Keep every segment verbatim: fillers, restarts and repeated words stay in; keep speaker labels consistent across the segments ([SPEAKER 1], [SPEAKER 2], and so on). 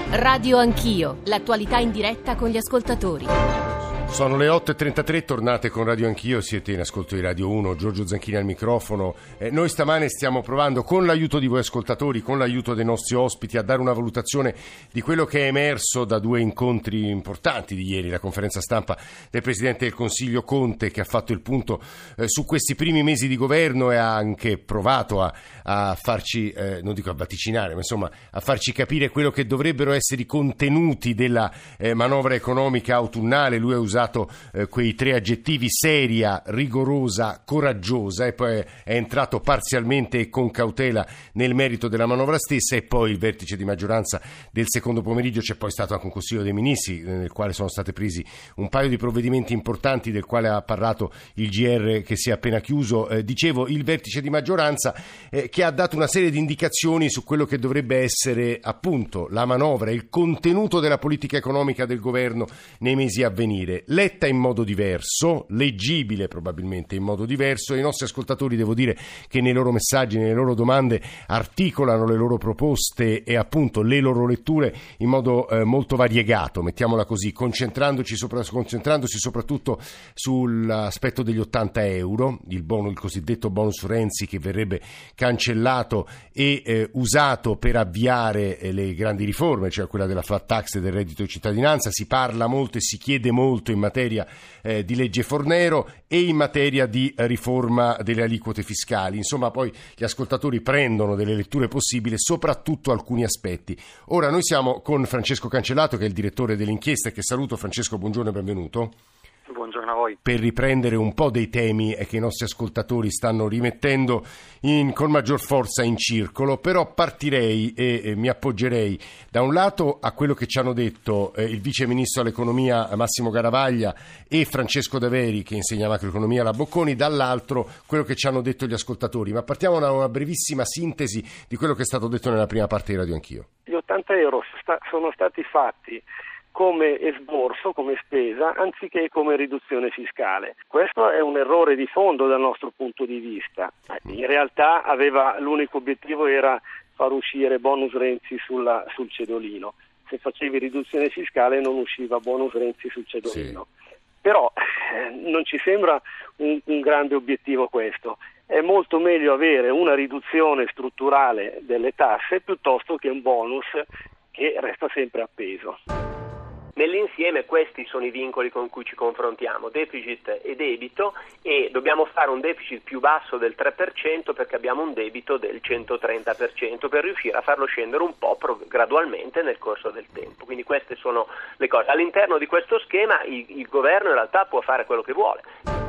[SPEAKER 1] Radio Anch'io, l'attualità in diretta con gli ascoltatori.
[SPEAKER 2] Sono le otto e trentatré, tornate con Radio Anch'io, siete in ascolto di Radio uno, Giorgio Zanchini al microfono. Eh, noi stamane stiamo provando, con l'aiuto di voi ascoltatori, con l'aiuto dei nostri ospiti, a dare una valutazione di quello che è emerso da due incontri importanti di ieri, la conferenza stampa del Presidente del Consiglio Conte, che ha fatto il punto eh, su questi primi mesi di governo e ha anche provato a, a farci, eh, non dico a vaticinare, ma insomma a farci capire quello che dovrebbero essere i contenuti della eh, manovra economica autunnale. Lui ha usato Eh, quei tre aggettivi: seria, rigorosa, coraggiosa, e poi è entrato parzialmente e con cautela nel merito della manovra stessa. E poi il vertice di maggioranza del secondo pomeriggio, c'è poi stato anche un Consiglio dei Ministri nel quale sono stati presi un paio di provvedimenti importanti, del quale ha parlato il G R che si è appena chiuso. Eh, dicevo, il vertice di maggioranza eh, che ha dato una serie di indicazioni su quello che dovrebbe essere appunto la manovra, il contenuto della politica economica del governo nei mesi a venire, letta in modo diverso, leggibile probabilmente in modo diverso. I nostri ascoltatori, devo dire che nei loro messaggi, nelle loro domande, articolano le loro proposte e appunto le loro letture in modo eh, molto variegato, mettiamola così, concentrandoci sopra, concentrandosi soprattutto sull'aspetto degli ottanta euro, il bonus, il cosiddetto bonus Renzi, che verrebbe cancellato e eh, usato per avviare eh, le grandi riforme, cioè quella della flat tax e del reddito di cittadinanza. Si parla molto e si chiede molto in materia eh, di legge Fornero e in materia di riforma delle aliquote fiscali. Insomma, poi gli ascoltatori prendono delle letture possibili, soprattutto alcuni aspetti. Ora noi siamo con Francesco Cancellato, che è il direttore dell'inchiesta, che saluto. Francesco, buongiorno e benvenuto.
[SPEAKER 3] Buongiorno a voi.
[SPEAKER 2] Per riprendere un po' dei temi che i nostri ascoltatori stanno rimettendo in, con maggior forza in circolo, però partirei e, e mi appoggerei da un lato a quello che ci hanno detto eh, il vice ministro all'economia Massimo Garavaglia e Francesco Daveri, che insegna macroeconomia alla Bocconi, dall'altro quello che ci hanno detto gli ascoltatori. Ma partiamo da una brevissima sintesi di quello che è stato detto nella prima parte di Radio Anch'io.
[SPEAKER 3] Gli ottanta euro sta, sono stati fatti come esborso, come spesa, anziché come riduzione fiscale. Questo è un errore di fondo dal nostro punto di vista. In realtà aveva, l'unico obiettivo era far uscire bonus Renzi sulla, sul cedolino. Se facevi riduzione fiscale non usciva bonus Renzi sul cedolino. Sì. Però eh, non ci sembra un, un grande obiettivo questo. È molto meglio avere una riduzione strutturale delle tasse piuttosto che un bonus che resta sempre appeso.
[SPEAKER 4] Nell'insieme questi sono i vincoli con cui ci confrontiamo, deficit e debito, e dobbiamo fare un deficit più basso del tre per cento perché abbiamo un debito del centotrenta per cento, per riuscire a farlo scendere un po' pro- gradualmente nel corso del tempo. Quindi queste sono le cose. All'interno di questo schema il, il governo in realtà può fare quello che vuole.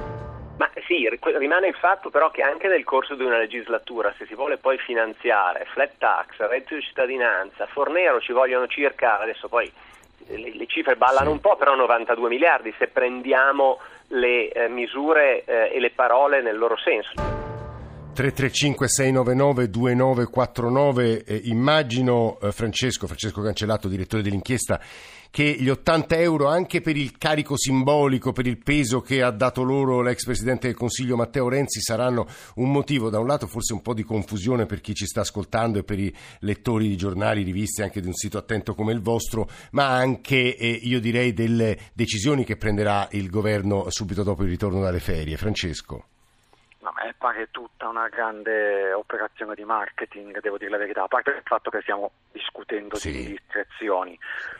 [SPEAKER 4] Ma sì, rimane il fatto però che anche nel corso di una legislatura, se si vuole poi finanziare flat tax, reddito di cittadinanza, Fornero, ci vogliono circa, adesso poi Le, le cifre ballano sì. un po', però novantadue miliardi se prendiamo le eh, misure eh, e le parole nel loro senso.
[SPEAKER 2] tre tre cinque sei nove nove due nove quattro nove. Eh, immagino eh, Francesco, Francesco Cancellato, direttore dell'inchiesta, che gli ottanta euro, anche per il carico simbolico, per il peso che ha dato loro l'ex Presidente del Consiglio Matteo Renzi, saranno un motivo, da un lato forse un po' di confusione per chi ci sta ascoltando e per i lettori di giornali, riviste, anche di un sito attento come il vostro, ma anche, eh, io direi, delle decisioni che prenderà il governo subito dopo il ritorno dalle ferie. Francesco.
[SPEAKER 5] A me pare tutta una grande operazione di marketing, devo dire la verità, a parte il fatto che stiamo discutendo sì. di discrezioni.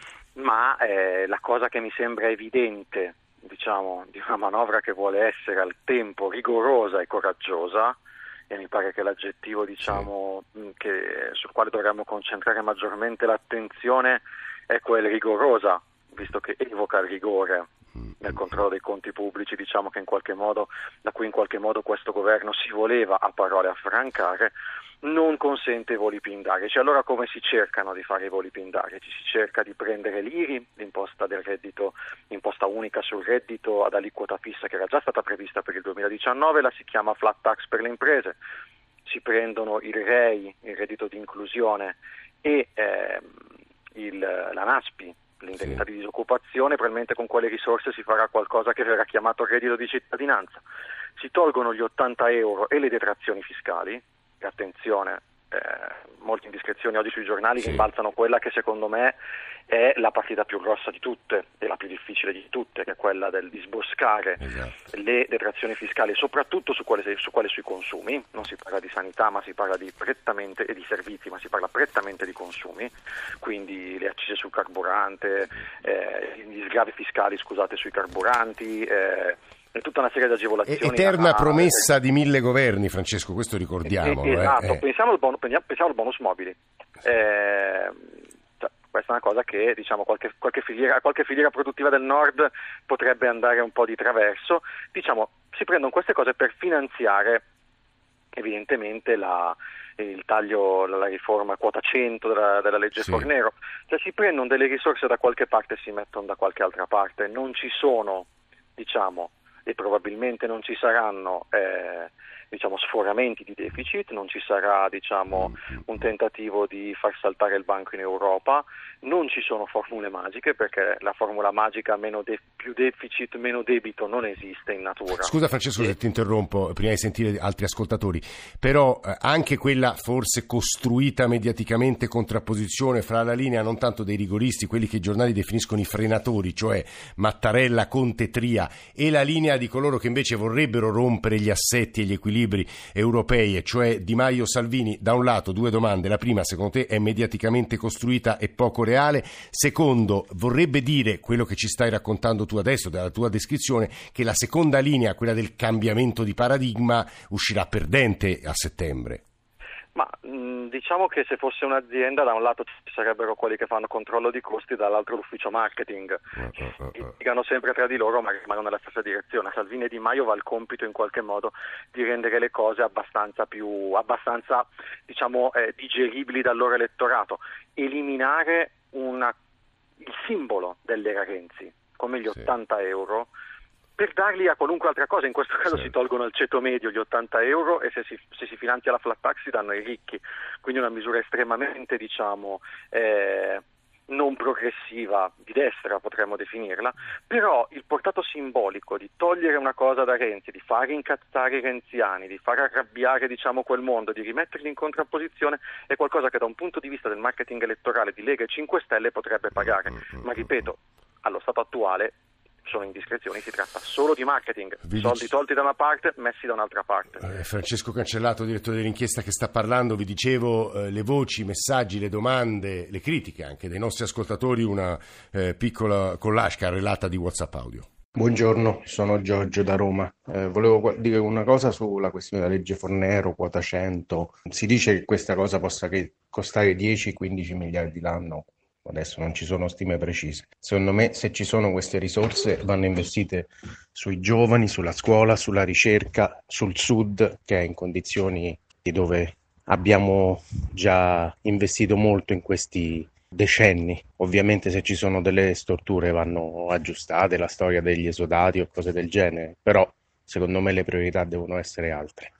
[SPEAKER 5] Ma eh, la cosa che mi sembra evidente, diciamo, di una manovra che vuole essere al tempo rigorosa e coraggiosa, e mi pare che l'aggettivo, diciamo, sì. che, sul quale dovremmo concentrare maggiormente l'attenzione è quel rigorosa, visto che evoca il rigore nel controllo dei conti pubblici, diciamo, che in qualche modo, da cui in qualche modo questo governo si voleva a parole affrancare, non consente i voli pindarici. Allora come si cercano di fare i voli pindarici? Si cerca di prendere l'I R I, l'imposta del reddito, imposta unica sul reddito ad aliquota fissa, che era già stata prevista per il duemiladiciannove, la si chiama flat tax per le imprese, si prendono il R E I, il reddito di inclusione, e eh, il, la NASPI, l'indennità sì. di disoccupazione. Probabilmente con quelle risorse si farà qualcosa che verrà chiamato reddito di cittadinanza. Si tolgono gli ottanta euro e le detrazioni fiscali, e attenzione, eh, molte indiscrezioni oggi sui giornali
[SPEAKER 2] sì.
[SPEAKER 5] che imbalzano quella che secondo me è la partita più grossa di tutte e la più difficile di tutte, che è quella del disboscare esatto. le detrazioni fiscali, soprattutto su quale, su quale sui consumi. Non si parla di sanità, ma si parla di prettamente e di servizi, ma si parla prettamente di consumi, quindi le accise sul carburante, eh, gli sgravi fiscali, scusate, sui carburanti, eh, e tutta una serie di agevolazioni.
[SPEAKER 2] Eterna
[SPEAKER 5] a,
[SPEAKER 2] promessa a, di mille governi, Francesco, questo ricordiamolo.
[SPEAKER 5] Eh, esatto,
[SPEAKER 2] eh.
[SPEAKER 5] pensiamo, al bonus, pensiamo al bonus mobili. Eh, cioè, questa è una cosa che diciamo qualche, qualche, filiera, qualche filiera produttiva del nord potrebbe andare un po' di traverso. Diciamo, si prendono queste cose per finanziare evidentemente la, il taglio, la riforma quota cento della, della legge sì. Fornero. Cioè si prendono delle risorse da qualche parte e si mettono da qualche altra parte. Non ci sono, diciamo, e probabilmente non ci saranno eh, diciamo sforamenti di deficit, non ci sarà diciamo un tentativo di far saltare il banco in Europa, non ci sono formule magiche, perché la formula magica meno de- più deficit meno debito non esiste in natura.
[SPEAKER 2] Scusa Francesco e... se ti interrompo prima di sentire altri ascoltatori, però eh, anche quella forse costruita mediaticamente contrapposizione fra la linea non tanto dei rigoristi, quelli che i giornali definiscono i frenatori, cioè Mattarella, Conte, Tria, e la linea di coloro che invece vorrebbero rompere gli assetti e gli equilibri europei, e cioè Di Maio, Salvini. Da un lato, due domande: la prima, secondo te è mediaticamente costruita e poco reale? Secondo, vorrebbe dire quello che ci stai raccontando tu adesso dalla tua descrizione, che la seconda linea, quella del cambiamento di paradigma, uscirà perdente a settembre?
[SPEAKER 5] Ma mh, diciamo che se fosse un'azienda, da un lato ci sarebbero quelli che fanno controllo di costi, dall'altro l'ufficio marketing, uh, uh, uh, uh. litigano sempre tra di loro ma rimangono nella stessa direzione. Salvini e Di Maio va il compito in qualche modo di rendere le cose abbastanza più abbastanza diciamo eh, digeribili dal loro elettorato, eliminare una, il simbolo dell'era Renzi, come gli sì. ottanta euro, per darli a qualunque altra cosa. In questo caso sì. si tolgono al ceto medio gli ottanta euro e se si, se si finanzia la flat tax si danno ai ricchi, quindi una misura estremamente diciamo eh, non progressiva, di destra potremmo definirla, però il portato simbolico di togliere una cosa da Renzi, di far incazzare i renziani, di far arrabbiare diciamo quel mondo, di rimetterli in contrapposizione, è qualcosa che da un punto di vista del marketing elettorale di Lega e cinque Stelle potrebbe pagare, ma ripeto, allo stato attuale sono indiscrezioni, si tratta solo di marketing, vi soldi dice... tolti da una parte, messi da un'altra parte.
[SPEAKER 2] Eh, Francesco Cancellato, direttore dell'inchiesta che sta parlando, vi dicevo eh, le voci, i messaggi, le domande, le critiche anche dei nostri ascoltatori, una eh, piccola collage carrellata di WhatsApp audio.
[SPEAKER 6] Buongiorno, sono Giorgio da Roma. Eh, volevo dire una cosa sulla questione della legge Fornero, quota cento. Si dice che questa cosa possa che costare dieci quindici miliardi l'anno. Adesso non ci sono stime precise. Secondo me, se ci sono queste risorse, vanno investite sui giovani, sulla scuola, sulla ricerca, sul sud, che è in condizioni dove abbiamo già investito molto in questi decenni. Ovviamente se ci sono delle storture vanno aggiustate, la storia degli esodati o cose del genere, però secondo me le priorità devono essere altre.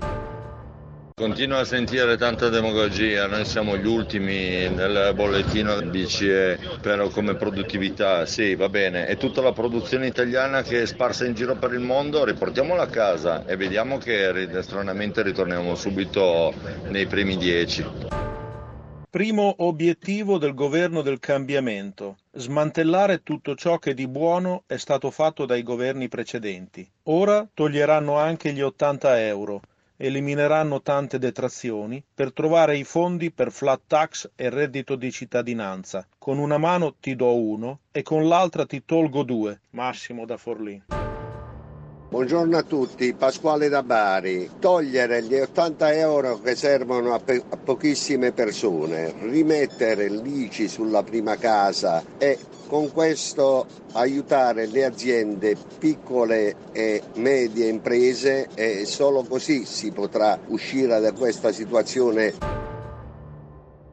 [SPEAKER 7] Continuo a sentire tanta demagogia, noi siamo gli ultimi nel bollettino B C E però come produttività, sì va bene, e tutta la produzione italiana che è sparsa in giro per il mondo riportiamola a casa e vediamo che stranamente ritorniamo subito nei primi dieci.
[SPEAKER 8] Primo obiettivo del governo del cambiamento: smantellare tutto ciò che di buono è stato fatto dai governi precedenti. Ora toglieranno anche gli ottanta euro. Elimineranno tante detrazioni per trovare i fondi per flat tax e reddito di cittadinanza. Con una mano ti do uno e con l'altra ti tolgo due. Massimo da Forlì.
[SPEAKER 9] Buongiorno a tutti, Pasquale da Bari. Togliere gli ottanta euro che servono a, pe- a pochissime persone, rimettere l'I C I sulla prima casa e con questo aiutare le aziende piccole e medie imprese, e solo così si potrà uscire da questa situazione.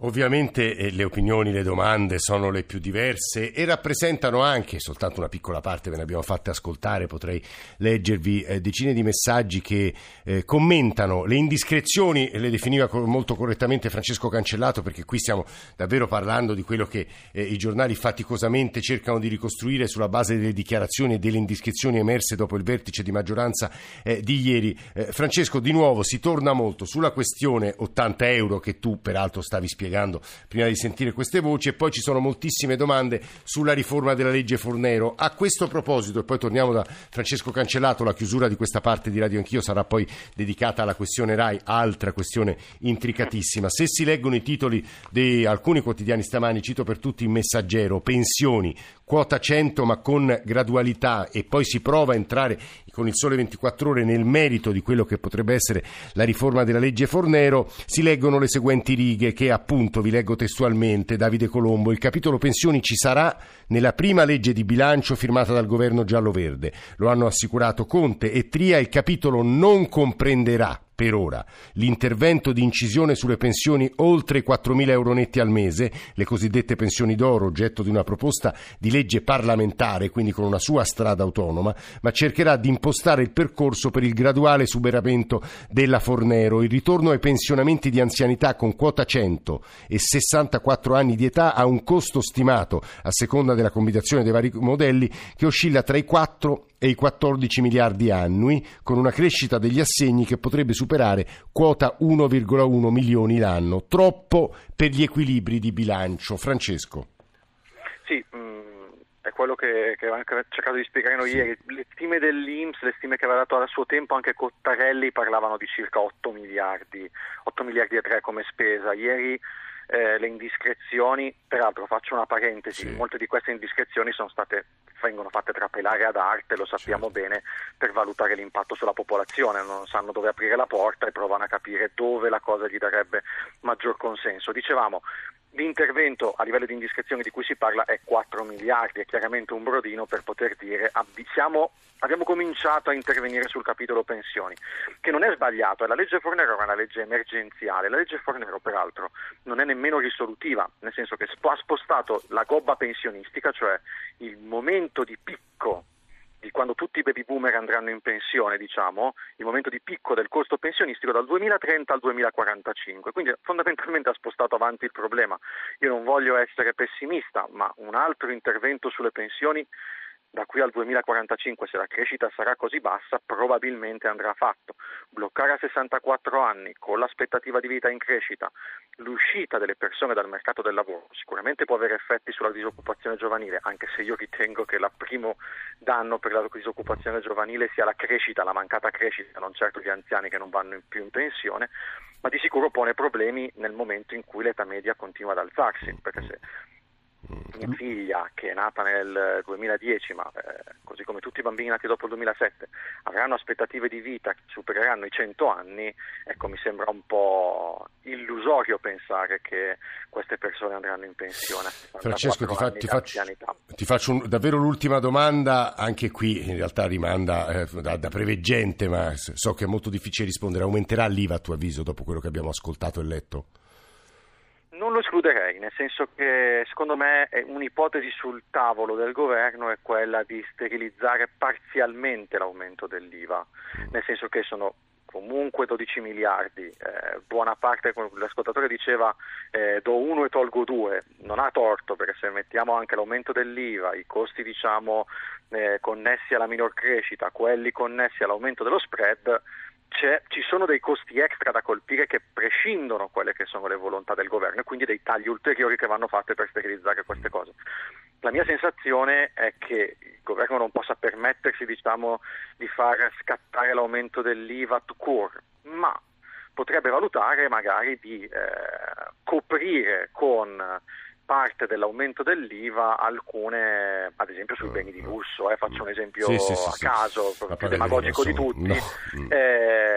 [SPEAKER 2] Ovviamente eh, le opinioni, le domande sono le più diverse e rappresentano anche, soltanto una piccola parte ve ne abbiamo fatte ascoltare, potrei leggervi eh, decine di messaggi che eh, commentano le indiscrezioni, le definiva co- molto correttamente Francesco Cancellato, perché qui stiamo davvero parlando di quello che eh, i giornali faticosamente cercano di ricostruire sulla base delle dichiarazioni e delle indiscrezioni emerse dopo il vertice di maggioranza eh, di ieri. Eh, Francesco, di nuovo si torna molto sulla questione ottanta euro che tu peraltro stavi spiegando prima di sentire queste voci, e poi ci sono moltissime domande sulla riforma della legge Fornero. A questo proposito, e poi torniamo da Francesco Cancellato, la chiusura di questa parte di Radio Anch'io sarà poi dedicata alla questione Rai, altra questione intricatissima. Se si leggono i titoli di alcuni quotidiani stamani, cito per tutti Il Messaggero: pensioni, quota cento ma con gradualità, e poi si prova a entrare con il Sole ventiquattro Ore nel merito di quello che potrebbe essere la riforma della legge Fornero. Si leggono le seguenti righe che appunto vi leggo testualmente. Davide Colombo: il capitolo pensioni ci sarà nella prima legge di bilancio firmata dal governo giallo-verde, lo hanno assicurato Conte e Tria. Il capitolo non comprenderà per ora l'intervento di incisione sulle pensioni oltre i quattromila euro netti al mese, le cosiddette pensioni d'oro, oggetto di una proposta di legge parlamentare, quindi con una sua strada autonoma, ma cercherà di impostare il percorso per il graduale superamento della Fornero. Il ritorno ai pensionamenti di anzianità con quota cento e sessantaquattro anni di età ha un costo stimato, a seconda della combinazione dei vari modelli, che oscilla tra i quattro e i quattordici miliardi annui, con una crescita degli assegni che potrebbe superare quota uno virgola uno milioni l'anno. Troppo per gli equilibri di bilancio. Francesco.
[SPEAKER 5] Sì, mh, è quello che, che avevamo cercato di spiegare noi sì. ieri. Le stime dell'I N P S, le stime che aveva dato a suo tempo anche Cottarelli, parlavano di circa otto miliardi, otto miliardi e tre come spesa. Ieri eh, le indiscrezioni, peraltro faccio una parentesi, sì. molte di queste indiscrezioni sono state vengono fatte trapelare ad arte, lo sappiamo certo. bene, per valutare l'impatto sulla popolazione, non sanno dove aprire la porta e provano a capire dove la cosa gli darebbe maggior consenso. Dicevamo, l'intervento a livello di indiscrezione di cui si parla è quattro miliardi, è chiaramente un brodino per poter dire siamo, abbiamo cominciato a intervenire sul capitolo pensioni, che non è sbagliato, è la legge Fornero, è una legge emergenziale. La legge Fornero peraltro non è nemmeno risolutiva, nel senso che ha spostato la gobba pensionistica, cioè il momento di picco di quando tutti i baby boomer andranno in pensione, diciamo, il momento di picco del costo pensionistico dal duemilatrenta al duemilaquarantacinque, quindi fondamentalmente ha spostato avanti il problema. Io non voglio essere pessimista, ma un altro intervento sulle pensioni da qui al duemilaquarantacinque, se la crescita sarà così bassa, probabilmente andrà fatto. Bloccare a sessantaquattro anni, con l'aspettativa di vita in crescita, l'uscita delle persone dal mercato del lavoro sicuramente può avere effetti sulla disoccupazione giovanile, anche se io ritengo che il primo danno per la disoccupazione giovanile sia la crescita, la mancata crescita, non certo gli anziani che non vanno più in pensione, ma di sicuro pone problemi nel momento in cui l'età media continua ad alzarsi, perché se mia figlia, che è nata nel duemiladieci, ma eh, così come tutti i bambini nati dopo il duemilasette, avranno aspettative di vita che supereranno i cento anni, ecco, mi sembra un po' illusorio pensare che queste persone andranno in pensione.
[SPEAKER 2] Francesco, ti, fa, ti faccio, ti faccio un, davvero l'ultima domanda, anche qui in realtà rimanda eh, da, da preveggente, ma so che è molto difficile rispondere. Aumenterà l'I V A a tuo avviso dopo quello che abbiamo ascoltato e letto?
[SPEAKER 5] Non lo escluderei, nel senso che secondo me un'ipotesi sul tavolo del governo è quella di sterilizzare parzialmente l'aumento dell'I V A, nel senso che sono comunque dodici miliardi, eh, buona parte, come l'ascoltatore diceva, eh, do uno e tolgo due, non ha torto, perché se mettiamo anche l'aumento dell'I V A, i costi diciamo eh, connessi alla minor crescita, quelli connessi all'aumento dello spread, C'è, ci sono dei costi extra da colpire che prescindono quelle che sono le volontà del governo e quindi dei tagli ulteriori che vanno fatti per sterilizzare queste cose. La mia sensazione è che il governo non possa permettersi, diciamo, di far scattare l'aumento dell'I V A tout court, ma potrebbe valutare magari di eh, coprire con parte dell'aumento dell'I V A alcune, ad esempio sui beni di lusso, eh, faccio un esempio sì, sì, sì, a caso, sì. più demagogico di tutti, no. eh,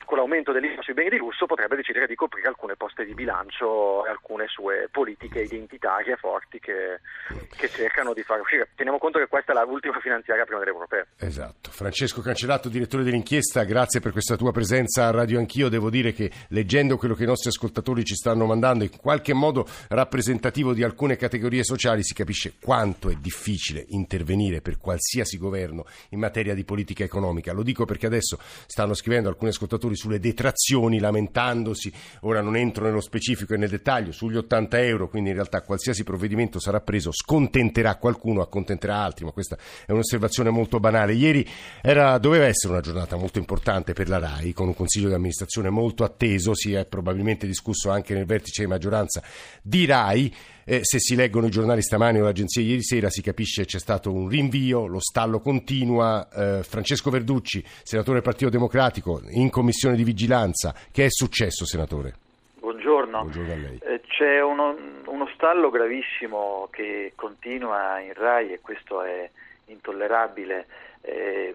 [SPEAKER 5] con l'aumento dell'I V A sui beni di lusso potrebbe decidere di coprire alcune poste di bilancio e alcune sue politiche identitarie forti che, che cercano di far uscire. Teniamo conto che questa è l'ultima finanziaria prima delle europee.
[SPEAKER 2] Esatto. Francesco Cancellato, direttore dell'inchiesta, grazie per questa tua presenza a Radio Anch'io. Devo dire che leggendo quello che i nostri ascoltatori ci stanno mandando, in qualche modo rappresentativo di alcune categorie sociali, si capisce quanto è difficile intervenire per qualsiasi governo in materia di politica economica. Lo dico perché adesso stanno scrivendo alcuni ascoltatori sulle detrazioni, lamentandosi, ora non entro nello specifico e nel dettaglio, sugli ottanta euro, quindi in realtà qualsiasi provvedimento sarà preso scontenterà qualcuno, accontenterà altri, ma questa è un'osservazione molto banale. Ieri era, doveva essere una giornata molto importante per la RAI, con un consiglio di amministrazione molto atteso, si è probabilmente discusso anche nel vertice di maggioranza di RAI. Eh, se si leggono i giornali stamani o l'agenzia ieri sera si capisce che c'è stato un rinvio, lo stallo continua. eh, Francesco Verducci, senatore del Partito Democratico, in commissione di vigilanza, che è successo, senatore?
[SPEAKER 10] Buongiorno,
[SPEAKER 2] Buongiorno a lei.
[SPEAKER 10] Eh, c'è uno, uno stallo gravissimo che continua in RAI e questo è intollerabile. eh,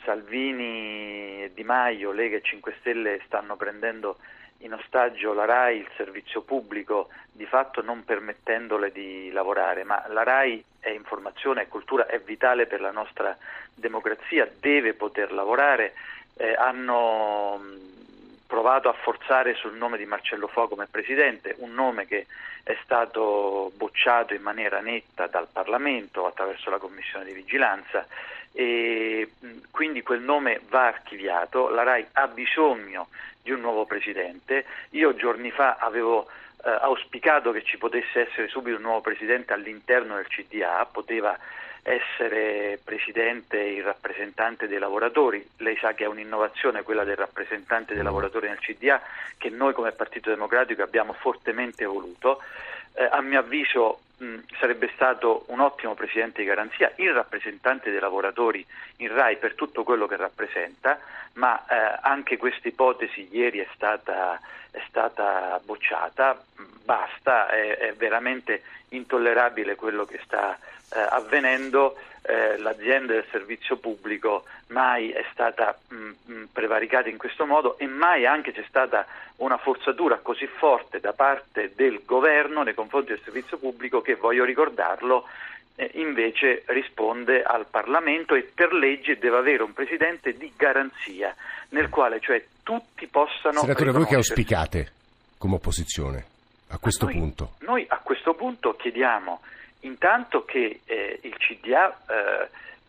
[SPEAKER 10] Salvini e Di Maio, Lega e cinque Stelle stanno prendendo in ostaggio la RAI, il servizio pubblico, di fatto non permettendole di lavorare, ma la RAI è informazione e cultura, è vitale per la nostra democrazia, deve poter lavorare. Eh, hanno provato a forzare sul nome di Marcello Fo come presidente, un nome che è stato bocciato in maniera netta dal Parlamento attraverso la commissione di vigilanza, e quindi quel nome va archiviato. La RAI ha bisogno di un nuovo presidente. Io giorni fa avevo eh, auspicato che ci potesse essere subito un nuovo presidente all'interno del C D A, poteva essere presidente il rappresentante dei lavoratori. Lei sa che è un'innovazione quella del rappresentante dei lavoratori nel C D A, che noi come Partito Democratico abbiamo fortemente voluto. Eh, a mio avviso mh, sarebbe stato un ottimo presidente di garanzia, il rappresentante dei lavoratori in RAI per tutto quello che rappresenta, ma eh, anche questa ipotesi ieri è stata, è stata bocciata. Basta, è, è veramente intollerabile quello che sta eh, avvenendo. Eh, l'azienda del servizio pubblico mai è stata mh, prevaricata in questo modo e mai anche c'è stata una forzatura così forte da parte del governo nei confronti del servizio pubblico che, voglio ricordarlo, eh, invece risponde al Parlamento e per legge deve avere un presidente di garanzia nel quale cioè tutti possano...
[SPEAKER 2] Senatore, voi che auspicate come opposizione a questo
[SPEAKER 10] noi,
[SPEAKER 2] punto?
[SPEAKER 10] Noi a questo punto chiediamo intanto che eh, il C D A eh,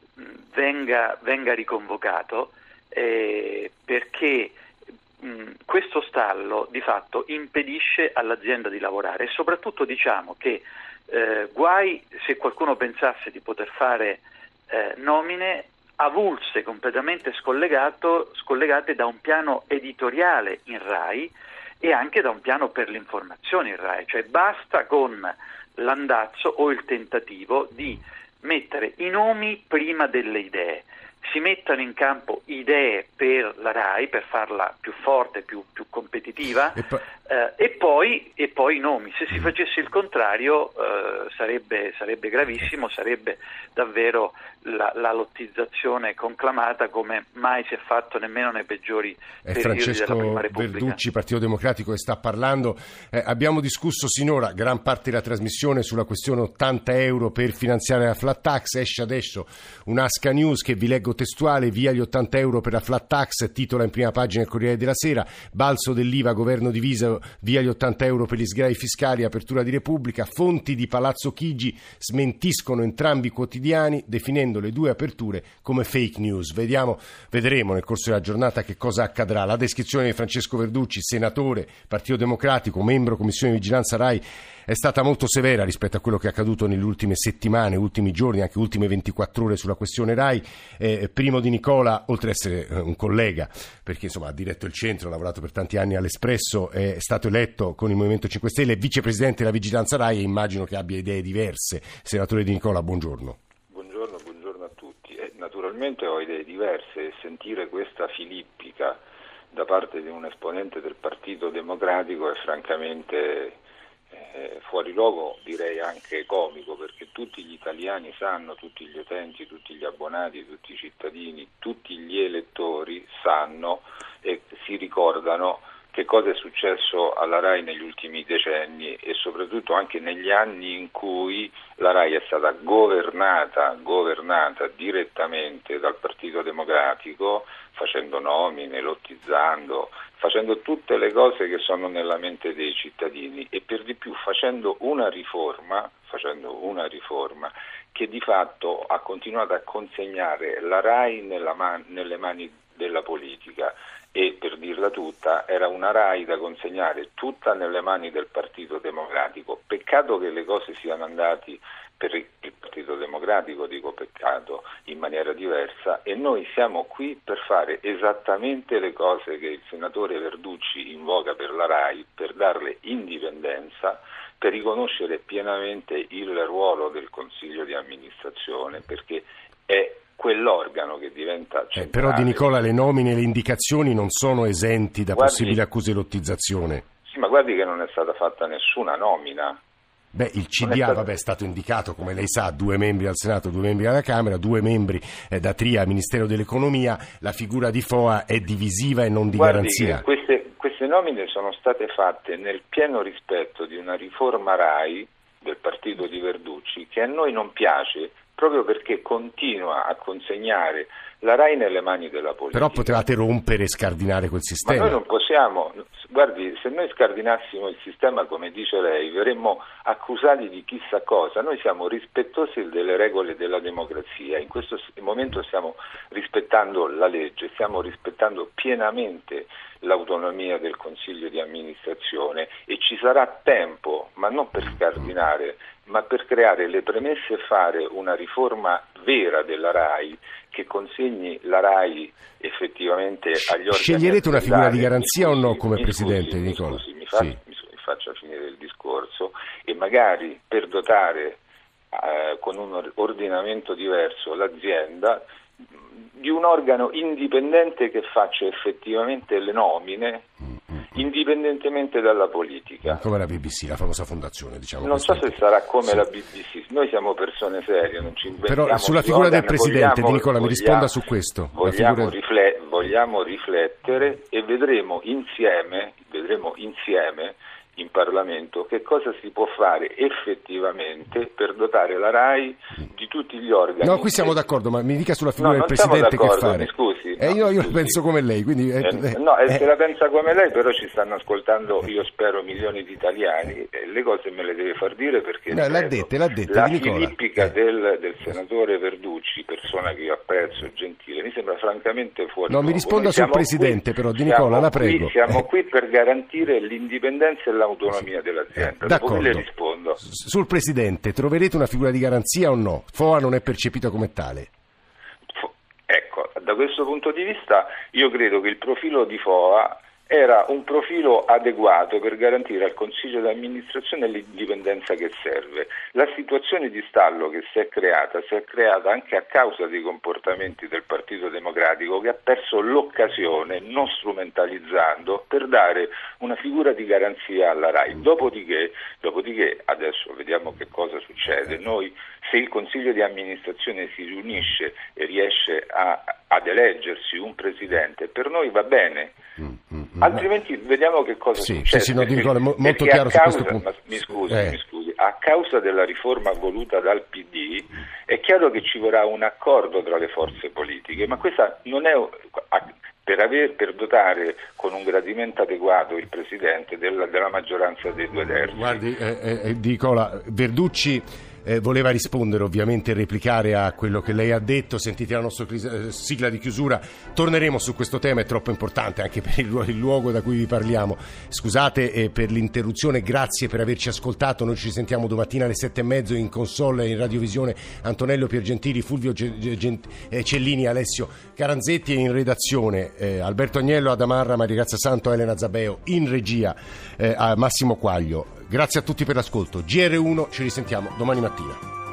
[SPEAKER 10] venga, venga riconvocato eh, perché mh, questo stallo di fatto impedisce all'azienda di lavorare e soprattutto diciamo che eh, guai se qualcuno pensasse di poter fare eh, nomine avulse, completamente scollegato, scollegate da un piano editoriale in RAI e anche da un piano per l'informazione in RAI, cioè basta con l'andazzo o il tentativo di mettere i nomi prima delle idee. Si mettano in campo idee per la RAI per farla più forte, più, più competitiva e, po- eh, e, poi, e poi i nomi. Se si facesse il contrario eh, sarebbe, sarebbe gravissimo, sarebbe davvero la, la lottizzazione conclamata come mai si è fatto nemmeno nei peggiori
[SPEAKER 2] è
[SPEAKER 10] periodi
[SPEAKER 2] Francesco
[SPEAKER 10] della Prima Repubblica.
[SPEAKER 2] Verducci, Partito Democratico, che sta parlando. Eh, abbiamo discusso sinora gran parte della trasmissione sulla questione ottanta euro per finanziare la flat tax. Esce adesso un'Asca News che vi leggo testuale: via gli ottanta euro per la flat tax, titola in prima pagina il Corriere della Sera. Balzo dell'I V A, governo diviso, via gli ottanta euro per gli sgravi fiscali, apertura di Repubblica. Fonti di Palazzo Chigi smentiscono entrambi i quotidiani definendo le due aperture come fake news. Vediamo, vedremo nel corso della giornata che cosa accadrà. La descrizione di Francesco Verducci, senatore, Partito Democratico, membro Commissione di Vigilanza RAI, è stata molto severa rispetto a quello che è accaduto nelle ultime settimane, ultimi giorni, anche ultime ventiquattro ore sulla questione RAI. Eh, Primo Di Nicola, oltre ad essere un collega, perché insomma ha diretto il centro, ha lavorato per tanti anni all'Espresso, è stato eletto con il Movimento cinque Stelle vicepresidente della Vigilanza RAI e immagino che abbia idee diverse. Senatore Di Nicola, buongiorno.
[SPEAKER 11] Buongiorno, buongiorno a tutti. Eh, naturalmente ho idee diverse e sentire questa filippica da parte di un esponente del Partito Democratico è francamente eh, fuori luogo, direi anche comico, perché tutti gli italiani sanno, tutti gli utenti, tutti gli abbonati, tutti i cittadini, tutti gli elettori sanno e si ricordano che cosa è successo alla RAI negli ultimi decenni e soprattutto anche negli anni in cui la RAI è stata governata, governata direttamente dal Partito Democratico, facendo nomine, lottizzando, facendo tutte le cose che sono nella mente dei cittadini e per di più facendo una riforma, facendo una riforma che di fatto ha continuato a consegnare la RAI nella man- nelle mani della politica. E per dirla tutta, era una RAI da consegnare tutta nelle mani del Partito Democratico. Peccato che le cose siano andate per il Partito Democratico, dico peccato, in maniera diversa, e noi siamo qui per fare esattamente le cose che il senatore Verducci invoca per la RAI, per darle indipendenza, per riconoscere pienamente il ruolo del Consiglio di amministrazione, perché è quell'organo che diventa centrale.
[SPEAKER 2] Eh, però Di Nicola le nomine e le indicazioni non sono esenti da guardi, possibili accuse di lottizzazione.
[SPEAKER 11] Sì, ma guardi che non è stata fatta nessuna nomina.
[SPEAKER 2] Beh, il C D A è stato... vabbè, è stato indicato, come lei sa, due membri al Senato, due membri alla Camera, due membri eh, da Tria al Ministero dell'Economia. La figura di F O A è divisiva e non di
[SPEAKER 11] guardi
[SPEAKER 2] garanzia.
[SPEAKER 11] Che queste, queste nomine sono state fatte nel pieno rispetto di una riforma RAI del partito di Verducci che a noi non piace, proprio perché continua a consegnare la RAI nelle mani della politica.
[SPEAKER 2] Però potevate rompere e scardinare quel sistema.
[SPEAKER 11] Ma noi non possiamo, guardi, se noi scardinassimo il sistema come dice lei, veremmo accusati di chissà cosa. Noi siamo rispettosi delle regole della democrazia, in questo momento stiamo rispettando la legge, stiamo rispettando pienamente l'autonomia del Consiglio di amministrazione e ci sarà tempo, ma non per scardinare, ma per creare le premesse e fare una riforma vera della RAI che consegni la RAI effettivamente agli organi.
[SPEAKER 2] Sceglierete una figura di garanzia
[SPEAKER 11] scusi,
[SPEAKER 2] o no come
[SPEAKER 11] mi
[SPEAKER 2] Presidente,
[SPEAKER 11] scusi,
[SPEAKER 2] Nicola?
[SPEAKER 11] Mi, scusi, mi, fa,
[SPEAKER 2] sì.
[SPEAKER 11] mi, mi faccia finire il discorso e magari per dotare eh, con un ordinamento diverso l'azienda di un organo indipendente che faccia effettivamente le nomine indipendentemente dalla politica.
[SPEAKER 2] Come la B B C, la famosa fondazione, diciamo.
[SPEAKER 11] Non so se sarà come
[SPEAKER 2] sì.
[SPEAKER 11] la B B C, noi siamo persone serie, non ci inventiamo.
[SPEAKER 2] Però sulla figura
[SPEAKER 11] slogan,
[SPEAKER 2] del Presidente,
[SPEAKER 11] vogliamo,
[SPEAKER 2] Di Nicola, mi
[SPEAKER 11] vogliamo,
[SPEAKER 2] risponda su questo.
[SPEAKER 11] Vogliamo,
[SPEAKER 2] figura...
[SPEAKER 11] rifle- vogliamo riflettere e vedremo insieme, vedremo insieme in Parlamento che cosa si può fare effettivamente per dotare la RAI di tutti gli organi.
[SPEAKER 2] No, qui siamo d'accordo, ma mi dica sulla figura
[SPEAKER 11] no,
[SPEAKER 2] del Presidente che fare.
[SPEAKER 11] Mi scusi.
[SPEAKER 2] Eh,
[SPEAKER 11] no,
[SPEAKER 2] io, io
[SPEAKER 11] scusi.
[SPEAKER 2] penso come lei, quindi... Eh,
[SPEAKER 11] eh, no, eh,
[SPEAKER 2] eh,
[SPEAKER 11] se la pensa come lei, però ci stanno ascoltando, io spero, milioni di italiani, e le cose me le deve far dire perché
[SPEAKER 2] no, l'ha dette, l'ha dette,
[SPEAKER 11] la
[SPEAKER 2] Di Nicola.
[SPEAKER 11] filippica
[SPEAKER 2] eh.
[SPEAKER 11] del, del senatore Verducci, persona che io apprezzo, gentile, mi sembra francamente fuori.
[SPEAKER 2] No, mi risponda sul Presidente
[SPEAKER 11] qui,
[SPEAKER 2] però, Di Nicola, la prego.
[SPEAKER 11] Qui, siamo
[SPEAKER 2] eh.
[SPEAKER 11] qui per garantire l'indipendenza e l'autonomia dell'azienda.
[SPEAKER 2] Eh,
[SPEAKER 11] Dopo
[SPEAKER 2] d'accordo.
[SPEAKER 11] le rispondo.
[SPEAKER 2] Sul Presidente, troverete una figura di garanzia o no? F O A non è percepito come tale.
[SPEAKER 11] Ecco, da questo punto di vista io credo che il profilo di F O A era un profilo adeguato per garantire al Consiglio di amministrazione l'indipendenza che serve. La situazione di stallo che si è creata si è creata anche a causa dei comportamenti del Partito Democratico che ha perso l'occasione, non strumentalizzando, per dare una figura di garanzia alla RAI. Dopodiché, dopodiché adesso vediamo che cosa succede. Noi, se il Consiglio di amministrazione si riunisce e riesce a, ad eleggersi un presidente, per noi va bene. Altrimenti vediamo che cosa
[SPEAKER 2] sì,
[SPEAKER 11] succede.
[SPEAKER 2] Sì, sì, no,
[SPEAKER 11] perché,
[SPEAKER 2] dico, mo, molto
[SPEAKER 11] perché
[SPEAKER 2] chiaro
[SPEAKER 11] a causa,
[SPEAKER 2] su questo punto.
[SPEAKER 11] Ma, mi scusi,
[SPEAKER 2] eh.
[SPEAKER 11] mi scusi, a causa della riforma voluta dal P D è chiaro che ci vorrà un accordo tra le forze politiche, ma questa non è per, aver, per dotare con un gradimento adeguato il Presidente della, della maggioranza dei due terzi.
[SPEAKER 2] Guardi, eh, eh, Nicola, Verducci Eh, voleva rispondere, ovviamente, e replicare a quello che lei ha detto. Sentite la nostra eh, sigla di chiusura. Torneremo su questo tema, è troppo importante anche per il, il luogo da cui vi parliamo. Scusate eh, per l'interruzione, grazie per averci ascoltato. Noi ci sentiamo domattina alle sette e mezzo in console e in radiovisione. Antonello Piergentili, Fulvio G- G- eh, Cellini, Alessio Caranzetti, e in redazione eh, Alberto Agnello, Adamarra, Maria Grazia Santo, Elena Zabeo, in regia eh, a Massimo Quaglio. Grazie a tutti per l'ascolto. G R uno, ci risentiamo domani mattina.